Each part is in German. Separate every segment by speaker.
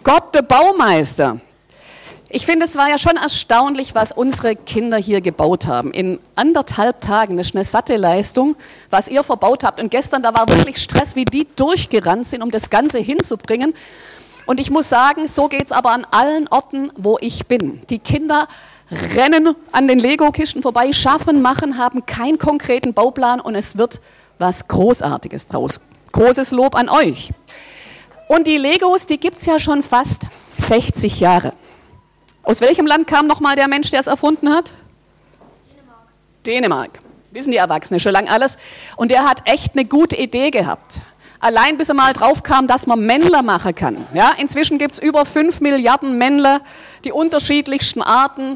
Speaker 1: Gott, der Baumeister. Ich finde, es war ja schon erstaunlich, was unsere Kinder hier gebaut haben. In 1,5 Tagen, das ist eine satte Leistung, was ihr verbaut habt. Und gestern, da war wirklich Stress, wie die durchgerannt sind, um das Ganze hinzubringen. Und ich muss sagen, so geht es aber an allen Orten, wo ich bin. Die Kinder rennen an den Lego-Kisten vorbei, schaffen, machen, haben keinen konkreten Bauplan und es wird was Großartiges draus. Großes Lob an euch. Und die Legos, die gibt es ja schon fast 60 Jahre. Aus welchem Land kam nochmal der Mensch, der es erfunden hat? Dänemark. Wissen die Erwachsenen schon lange alles. Und der hat echt eine gute Idee gehabt. Allein bis er mal drauf kam, dass man Männler machen kann. Ja, inzwischen gibt es über 5 Milliarden Männler, die unterschiedlichsten Arten,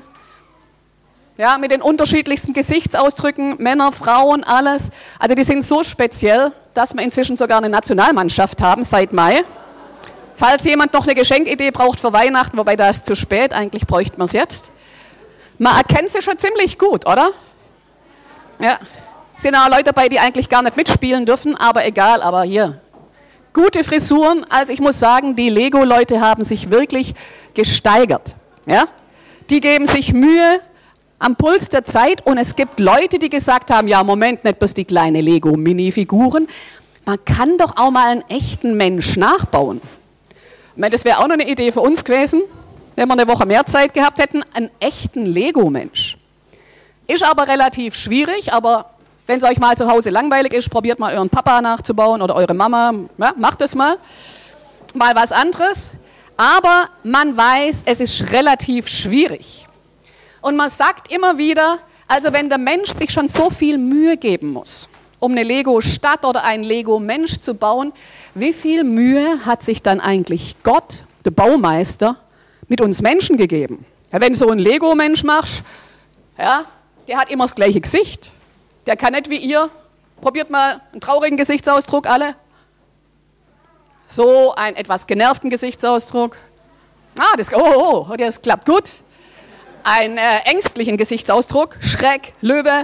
Speaker 1: ja, mit den unterschiedlichsten Gesichtsausdrücken, Männer, Frauen, alles. Also die sind so speziell, dass wir inzwischen sogar eine Nationalmannschaft haben seit Mai. Falls jemand noch eine Geschenkidee braucht für Weihnachten, wobei da ist zu spät, eigentlich bräuchte man es jetzt. Man erkennt sie schon ziemlich gut, oder? Ja. Sind auch Leute dabei, die eigentlich gar nicht mitspielen dürfen, aber egal, aber hier. Gute Frisuren, also ich muss sagen, die Lego-Leute haben sich wirklich gesteigert. Ja? Die geben sich Mühe am Puls der Zeit und es gibt Leute, die gesagt haben, ja Moment, nicht bloß die kleine Lego-Mini-Figuren, man kann doch auch mal einen echten Mensch nachbauen. Ich meine, das wäre auch noch eine Idee für uns gewesen, wenn wir eine Woche mehr Zeit gehabt hätten, einen echten Lego-Mensch. Ist aber relativ schwierig, aber wenn es euch mal zu Hause langweilig ist, probiert mal euren Papa nachzubauen oder eure Mama, ja, macht es mal. Mal was anderes. Aber man weiß, es ist relativ schwierig. Und man sagt immer wieder, also wenn der Mensch sich schon so viel Mühe geben muss, um eine Lego-Stadt oder einen Lego-Mensch zu bauen, wie viel Mühe hat sich dann eigentlich Gott, der Baumeister, mit uns Menschen gegeben? Ja, wenn du so einen Lego-Mensch machst, ja, der hat immer das gleiche Gesicht. Der kann nicht wie ihr, probiert mal einen traurigen Gesichtsausdruck, alle. So einen etwas genervten Gesichtsausdruck. Das klappt gut. Einen ängstlichen Gesichtsausdruck, Schreck, Löwe.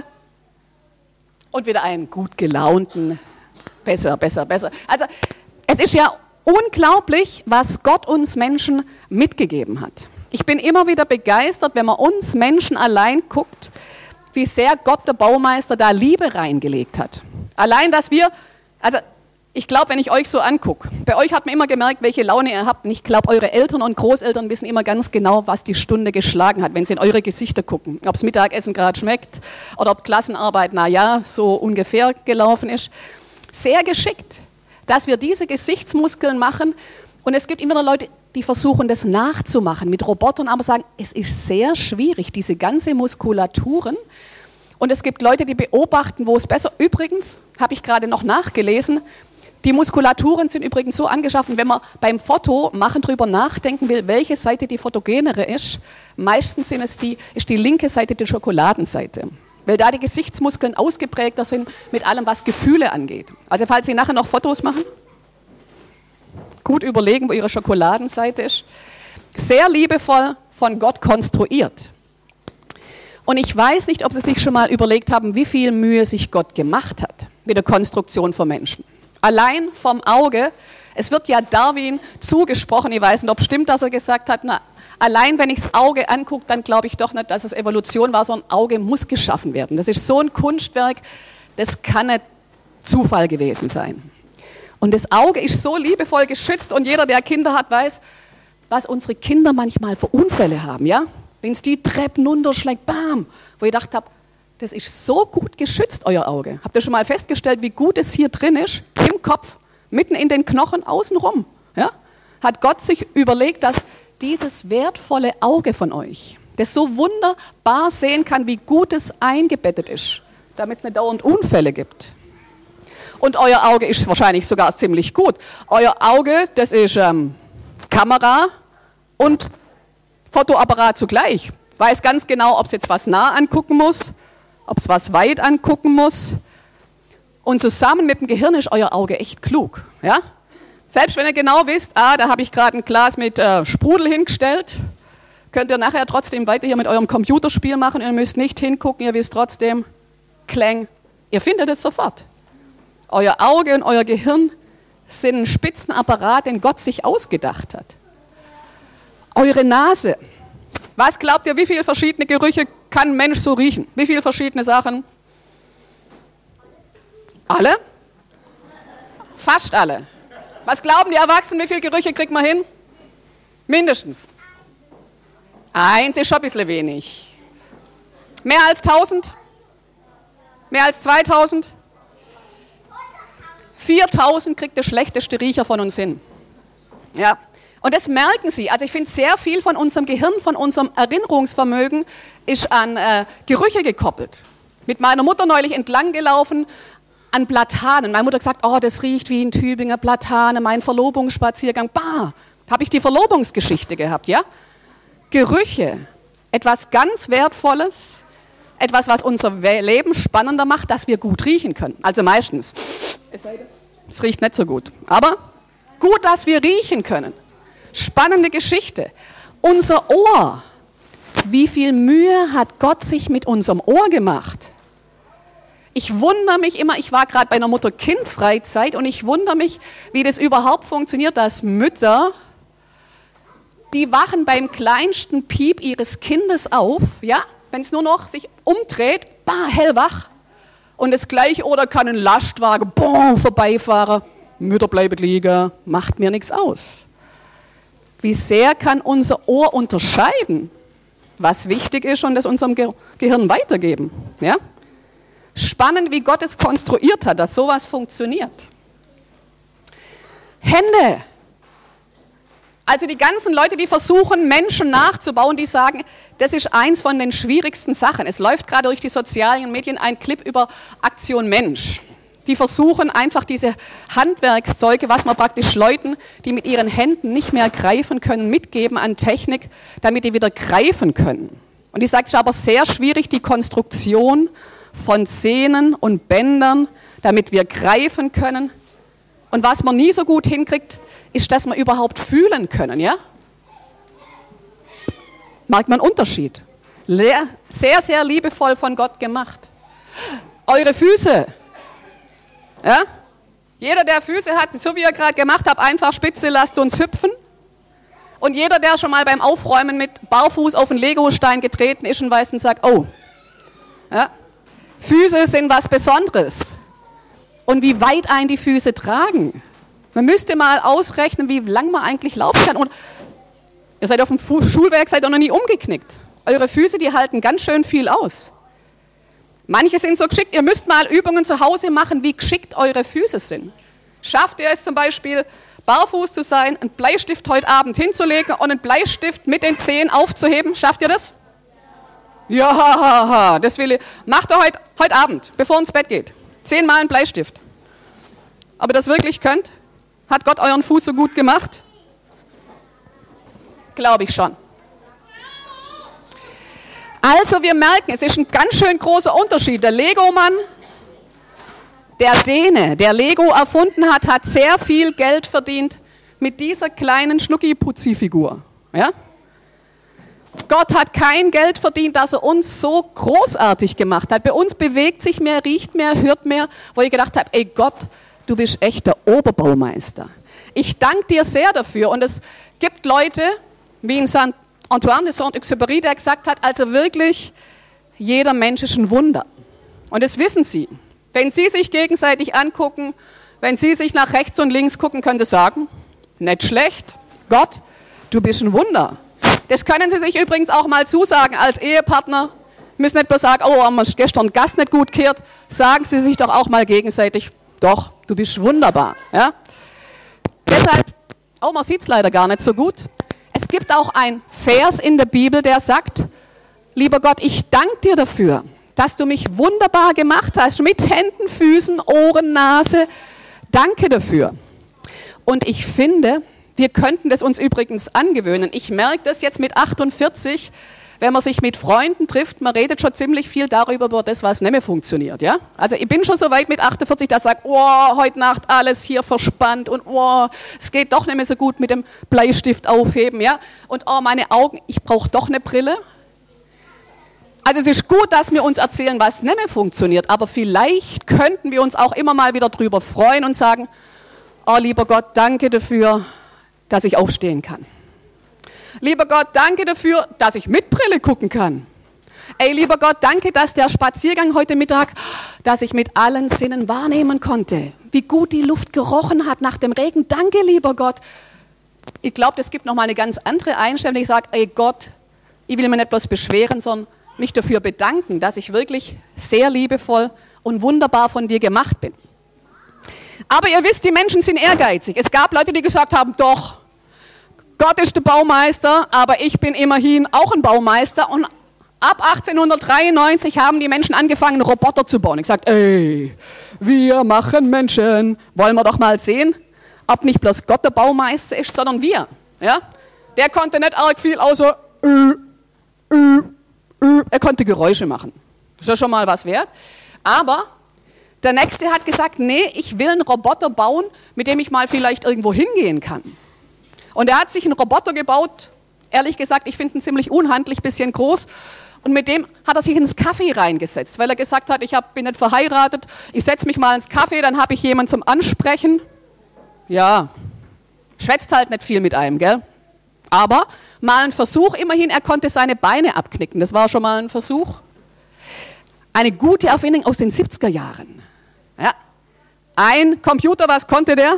Speaker 1: Und wieder einen gut gelaunten, besser. Also es ist ja unglaublich, was Gott uns Menschen mitgegeben hat. Ich bin immer wieder begeistert, wenn man uns Menschen allein guckt, wie sehr Gott, der Baumeister, da Liebe reingelegt hat. Allein, dass wir, also ich glaube, wenn ich euch so angucke, bei euch hat man immer gemerkt, welche Laune ihr habt. Und ich glaube, eure Eltern und Großeltern wissen immer ganz genau, was die Stunde geschlagen hat, wenn sie in eure Gesichter gucken. Ob das Mittagessen gerade schmeckt oder ob Klassenarbeit, so ungefähr gelaufen ist. Sehr geschickt, dass wir diese Gesichtsmuskeln machen. Und es gibt immer noch Leute, die versuchen, das nachzumachen mit Robotern, aber sagen, es ist sehr schwierig, diese ganze Muskulaturen. Und es gibt Leute, die beobachten, wo es besser. Übrigens, habe ich gerade noch nachgelesen, die Muskulaturen sind übrigens so angeschaffen, wenn man beim Foto machen drüber nachdenken will, welche Seite die fotogenere ist. Meistens ist die linke Seite die Schokoladenseite, weil da die Gesichtsmuskeln ausgeprägter sind mit allem, was Gefühle angeht. Also falls Sie nachher noch Fotos machen, gut überlegen, wo Ihre Schokoladenseite ist. Sehr liebevoll von Gott konstruiert. Und ich weiß nicht, ob Sie sich schon mal überlegt haben, wie viel Mühe sich Gott gemacht hat mit der Konstruktion von Menschen. Allein vom Auge, es wird ja Darwin zugesprochen, ich weiß nicht, ob es stimmt, dass er gesagt hat, allein wenn ich das Auge angucke, dann glaube ich doch nicht, dass es Evolution war, sondern Auge muss geschaffen werden. Das ist so ein Kunstwerk, das kann nicht Zufall gewesen sein. Und das Auge ist so liebevoll geschützt und jeder, der Kinder hat, weiß, was unsere Kinder manchmal für Unfälle haben, ja? Wenn es die Treppen runterschlägt, bam, wo ich gedacht habe, das ist so gut geschützt, euer Auge. Habt ihr schon mal festgestellt, wie gut es hier drin ist, im Kopf, mitten in den Knochen, außenrum? Ja? Hat Gott sich überlegt, dass dieses wertvolle Auge von euch, das so wunderbar sehen kann, wie gut es eingebettet ist, damit es nicht dauernd Unfälle gibt. Und euer Auge ist wahrscheinlich sogar ziemlich gut. Euer Auge, das ist Kamera und Fotoapparat zugleich. Weiß ganz genau, ob es jetzt was nah angucken muss, ob es was weit angucken muss. Und zusammen mit dem Gehirn ist euer Auge echt klug. Ja? Selbst wenn ihr genau wisst, da habe ich gerade ein Glas mit Sprudel hingestellt, könnt ihr nachher trotzdem weiter hier mit eurem Computerspiel machen. Ihr müsst nicht hingucken, ihr wisst trotzdem, Klang, ihr findet es sofort. Euer Auge und euer Gehirn sind ein Spitzenapparat, den Gott sich ausgedacht hat. Eure Nase. Was glaubt ihr, wie viele verschiedene Gerüche kann ein Mensch so riechen? Wie viele verschiedene Sachen? Alle? Fast alle. Was glauben die Erwachsenen, wie viele Gerüche kriegt man hin? Mindestens. Eins ist schon ein bisschen wenig. Mehr als 1000? Mehr als 2000? 4000 kriegt der schlechteste Riecher von uns hin. Ja. Und das merken Sie. Also ich finde, sehr viel von unserem Gehirn, von unserem Erinnerungsvermögen ist an Gerüche gekoppelt. Mit meiner Mutter neulich entlang gelaufen an Platanen. Meine Mutter hat gesagt, oh, das riecht wie in Tübingen, Platane, mein Verlobungsspaziergang. Bah, habe ich die Verlobungsgeschichte gehabt, ja? Gerüche, etwas ganz Wertvolles, etwas, was unser Leben spannender macht, dass wir gut riechen können. Also meistens. Es riecht nicht so gut, aber gut, dass wir riechen können. Spannende Geschichte. Unser Ohr. Wie viel Mühe hat Gott sich mit unserem Ohr gemacht? Ich wundere mich immer, ich war gerade bei einer Mutter-Kind-Freizeit und ich wundere mich, wie das überhaupt funktioniert, dass Mütter, die wachen beim kleinsten Piep ihres Kindes auf, ja, wenn es nur noch sich umdreht, bah, hellwach. Und das gleiche, oder kann ein Lastwagen, boah, vorbeifahren, Mütter bleiben liegen, macht mir nichts aus. Wie sehr kann unser Ohr unterscheiden, was wichtig ist und es unserem Gehirn weitergeben, ja? Spannend, wie Gott es konstruiert hat, dass sowas funktioniert. Hände. Also die ganzen Leute, die versuchen, Menschen nachzubauen, die sagen, das ist eins von den schwierigsten Sachen. Es läuft gerade durch die sozialen Medien ein Clip über Aktion Mensch. Die versuchen einfach diese Handwerkszeuge, was man praktisch Leuten, die mit ihren Händen nicht mehr greifen können, mitgeben an Technik, damit die wieder greifen können. Und die sagt, es ist aber sehr schwierig, die Konstruktion von Sehnen und Bändern, damit wir greifen können. Und was man nie so gut hinkriegt, ist, dass wir überhaupt fühlen können, ja? Merkt man einen Unterschied. Sehr, sehr liebevoll von Gott gemacht. Eure Füße. Ja? Jeder, der Füße hat, so wie ihr gerade gemacht habt, einfach spitze, lasst uns hüpfen. Und jeder, der schon mal beim Aufräumen mit Barfuß auf einen Legostein getreten ist und weiß und sagt, oh, ja? Füße sind was Besonderes. Und wie weit einen die Füße tragen. Man müsste mal ausrechnen, wie lang man eigentlich laufen kann. Und ihr seid auf dem Schulweg, seid ihr noch nie umgeknickt. Eure Füße, die halten ganz schön viel aus. Manche sind so geschickt, ihr müsst mal Übungen zu Hause machen, wie geschickt eure Füße sind. Schafft ihr es zum Beispiel, barfuß zu sein, einen Bleistift heute Abend hinzulegen und einen Bleistift mit den Zehen aufzuheben? Schafft ihr das? Ja, das will ich. Macht ihr heute Abend, bevor ihr ins Bett geht. 10-mal einen Bleistift. Ob ihr das wirklich könnt? Hat Gott euren Fuß so gut gemacht? Glaube ich schon. Also wir merken, es ist ein ganz schön großer Unterschied. Der Lego-Mann, der Däne, der Lego erfunden hat, hat sehr viel Geld verdient mit dieser kleinen Schnucki-Putzi-Figur. Ja? Gott hat kein Geld verdient, dass er uns so großartig gemacht hat. Bei uns bewegt sich mehr, riecht mehr, hört mehr, wo ich gedacht habe, ey Gott, du bist echt der Oberbaumeister. Ich danke dir sehr dafür. Und es gibt Leute, wie in Antoine de Saint-Exupéry, der gesagt hat, also wirklich, jeder Mensch ist ein Wunder. Und das wissen Sie. Wenn Sie sich gegenseitig angucken, wenn Sie sich nach rechts und links gucken, können Sie sagen, nicht schlecht, Gott, du bist ein Wunder. Das können Sie sich übrigens auch mal zusagen als Ehepartner. Müssen nicht bloß sagen, oh, haben wir gestern Gast nicht gut gehört. Sagen Sie sich doch auch mal gegenseitig, doch, du bist wunderbar. Ja? Deshalb, oh, man sieht es leider gar nicht so gut. Es gibt auch einen Vers in der Bibel, der sagt, lieber Gott, ich danke dir dafür, dass du mich wunderbar gemacht hast, mit Händen, Füßen, Ohren, Nase. Danke dafür. Und ich finde, wir könnten das uns übrigens angewöhnen. Ich merke das jetzt mit 48, wenn man sich mit Freunden trifft, man redet schon ziemlich viel darüber, über das, was nicht mehr funktioniert. Ja? Also ich bin schon so weit mit 48, dass ich sage, oh, heute Nacht alles hier verspannt und oh, es geht doch nicht mehr so gut mit dem Bleistift aufheben. Ja? Und oh, meine Augen, ich brauche doch eine Brille. Also es ist gut, dass wir uns erzählen, was nicht mehr funktioniert, aber vielleicht könnten wir uns auch immer mal wieder drüber freuen und sagen, oh lieber Gott, danke dafür, dass ich aufstehen kann. Lieber Gott, danke dafür, dass ich mit Brille gucken kann. Ey, lieber Gott, danke, dass der Spaziergang heute Mittag, dass ich mit allen Sinnen wahrnehmen konnte. Wie gut die Luft gerochen hat nach dem Regen. Danke, lieber Gott. Ich glaube, es gibt noch mal eine ganz andere Einstellung. Ich sage, ey Gott, ich will mir nicht bloß beschweren, sondern mich dafür bedanken, dass ich wirklich sehr liebevoll und wunderbar von dir gemacht bin. Aber ihr wisst, die Menschen sind ehrgeizig. Es gab Leute, die gesagt haben, doch, Gott ist der Baumeister, aber ich bin immerhin auch ein Baumeister. Und ab 1893 haben die Menschen angefangen, Roboter zu bauen. Ich sage, ey, wir machen Menschen. Wollen wir doch mal sehen, ob nicht bloß Gott der Baumeister ist, sondern wir. Ja? Der konnte nicht arg viel außer er konnte Geräusche machen. Das ist ja schon mal was wert. Aber der Nächste hat gesagt, nee, ich will einen Roboter bauen, mit dem ich mal vielleicht irgendwo hingehen kann. Und er hat sich einen Roboter gebaut, ehrlich gesagt, ich finde ihn ziemlich unhandlich, bisschen groß. Und mit dem hat er sich ins Café reingesetzt, weil er gesagt hat, bin nicht verheiratet, ich setze mich mal ins Café, dann habe ich jemanden zum Ansprechen. Ja, schwätzt halt nicht viel mit einem, gell? Aber mal ein Versuch, immerhin, er konnte seine Beine abknicken, das war schon mal ein Versuch. Eine gute Erfindung aus den 70er Jahren. Ja. Ein Computer, was konnte der?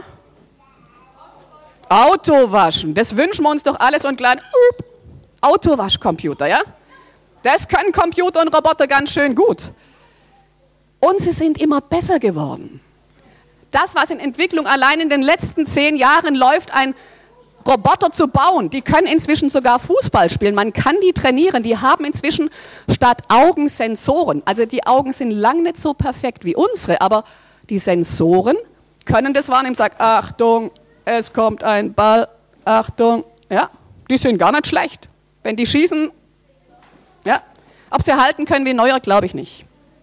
Speaker 1: Autowaschen. Das wünschen wir uns doch alles und klein. Autowaschcomputer, ja? Das können Computer und Roboter ganz schön gut. Und sie sind immer besser geworden. Das, was in Entwicklung allein in den letzten 10 Jahren läuft, ein Roboter zu bauen, die können inzwischen sogar Fußball spielen. Man kann die trainieren. Die haben inzwischen statt Augen Sensoren. Also die Augen sind lang nicht so perfekt wie unsere, aber die Sensoren können das wahrnehmen. Sagen, Achtung, es kommt ein Ball, Achtung. Ja, die sind gar nicht schlecht. Wenn die schießen, ja, ob sie halten können wie Neuer, glaube ich nicht.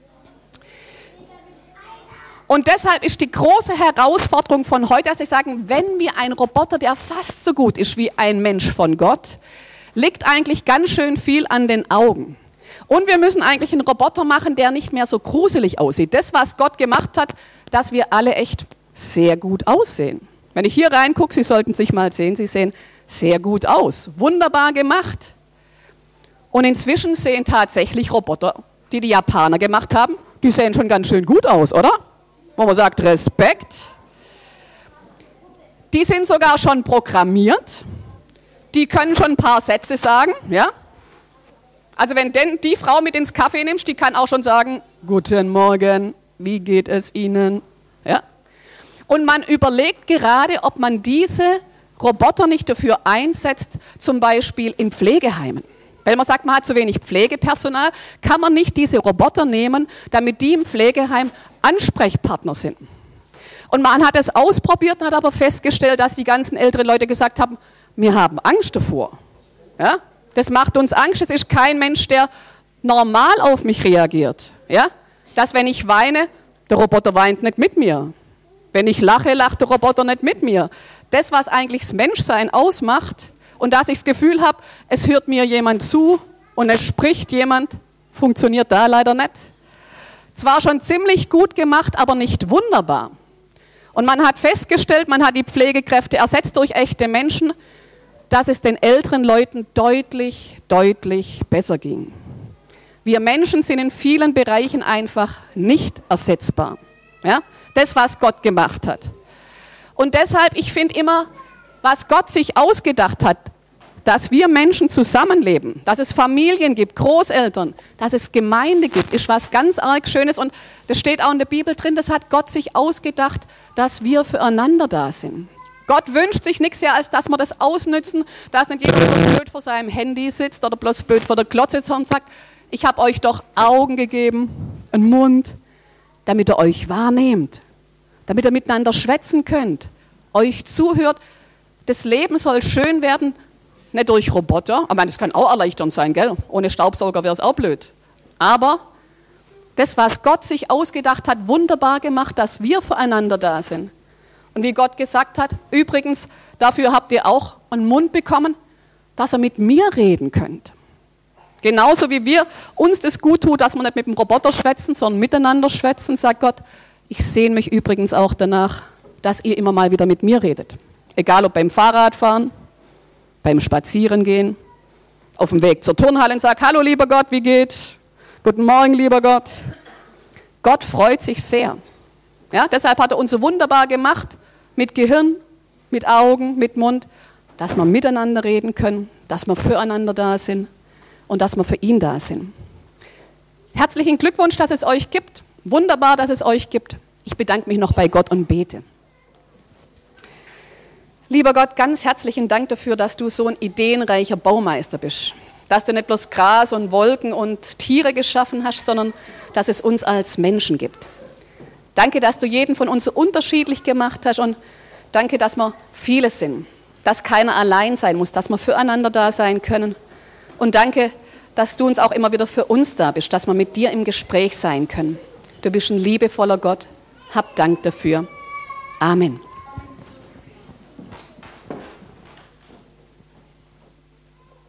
Speaker 1: Und deshalb ist die große Herausforderung von heute, dass ich sage, wenn wir einen Roboter, der fast so gut ist wie ein Mensch von Gott, liegt eigentlich ganz schön viel an den Augen. Und wir müssen eigentlich einen Roboter machen, der nicht mehr so gruselig aussieht. Das, was Gott gemacht hat, dass wir alle echt sehr gut aussehen. Wenn ich hier reingucke, Sie sollten sich mal sehen, Sie sehen sehr gut aus. Wunderbar gemacht. Und inzwischen sehen tatsächlich Roboter, die die Japaner gemacht haben, die sehen schon ganz schön gut aus, oder? Wo man sagt, Respekt. Die sind sogar schon programmiert. Die können schon ein paar Sätze sagen. Ja? Also wenn denn die Frau mit ins Café nimmst, die kann auch schon sagen, guten Morgen, wie geht es Ihnen? Ja? Und man überlegt gerade, ob man diese Roboter nicht dafür einsetzt, zum Beispiel in Pflegeheimen. Weil man sagt, man hat zu wenig Pflegepersonal, kann man nicht diese Roboter nehmen, damit die im Pflegeheim Ansprechpartner sind. Und man hat es ausprobiert, hat aber festgestellt, dass die ganzen älteren Leute gesagt haben, wir haben Angst davor. Ja? Das macht uns Angst, es ist kein Mensch, der normal auf mich reagiert. Ja? Dass wenn ich weine, der Roboter weint nicht mit mir. Wenn ich lache, lacht der Roboter nicht mit mir. Das, was eigentlich das Menschsein ausmacht, und dass ich das Gefühl habe, es hört mir jemand zu und es spricht jemand, funktioniert da leider nicht. Zwar schon ziemlich gut gemacht, aber nicht wunderbar. Und man hat festgestellt, man hat die Pflegekräfte ersetzt durch echte Menschen, dass es den älteren Leuten deutlich, deutlich besser ging. Wir Menschen sind in vielen Bereichen einfach nicht ersetzbar. Ja? Das, was Gott gemacht hat. Und deshalb, ich finde immer, was Gott sich ausgedacht hat, dass wir Menschen zusammenleben, dass es Familien gibt, Großeltern, dass es Gemeinde gibt, ist was ganz arg Schönes. Und das steht auch in der Bibel drin, das hat Gott sich ausgedacht, dass wir füreinander da sind. Gott wünscht sich nichts mehr, als dass wir das ausnützen, dass nicht jeder bloß blöd vor seinem Handy sitzt oder bloß blöd vor der Glotze sitzt und sagt, ich habe euch doch Augen gegeben, einen Mund, damit ihr euch wahrnehmt, damit ihr miteinander schwätzen könnt, euch zuhört. Das Leben soll schön werden, nicht durch Roboter, aber das kann auch erleichternd sein, gell? Ohne Staubsauger wäre es auch blöd. Aber das, was Gott sich ausgedacht hat, wunderbar gemacht, dass wir füreinander da sind. Und wie Gott gesagt hat, übrigens, dafür habt ihr auch einen Mund bekommen, dass ihr mit mir reden könnt. Genauso wie wir uns das gut tut, dass wir nicht mit dem Roboter schwätzen, sondern miteinander schwätzen, sagt Gott, ich sehne mich übrigens auch danach, dass ihr immer mal wieder mit mir redet. Egal ob beim Fahrradfahren, beim Spazierengehen, auf dem Weg zur Turnhalle und sage, hallo lieber Gott, wie geht's? Guten Morgen, lieber Gott. Gott freut sich sehr. Ja, deshalb hat er uns so wunderbar gemacht, mit Gehirn, mit Augen, mit Mund, dass wir miteinander reden können, dass wir füreinander da sind und dass wir für ihn da sind. Herzlichen Glückwunsch, dass es euch gibt. Wunderbar, dass es euch gibt. Ich bedanke mich noch bei Gott und bete. Lieber Gott, ganz herzlichen Dank dafür, dass du so ein ideenreicher Baumeister bist. Dass du nicht bloß Gras und Wolken und Tiere geschaffen hast, sondern dass es uns als Menschen gibt. Danke, dass du jeden von uns so unterschiedlich gemacht hast und danke, dass wir viele sind. Dass keiner allein sein muss, dass wir füreinander da sein können. Und danke, dass du uns auch immer wieder für uns da bist, dass wir mit dir im Gespräch sein können. Du bist ein liebevoller Gott. Hab Dank dafür. Amen.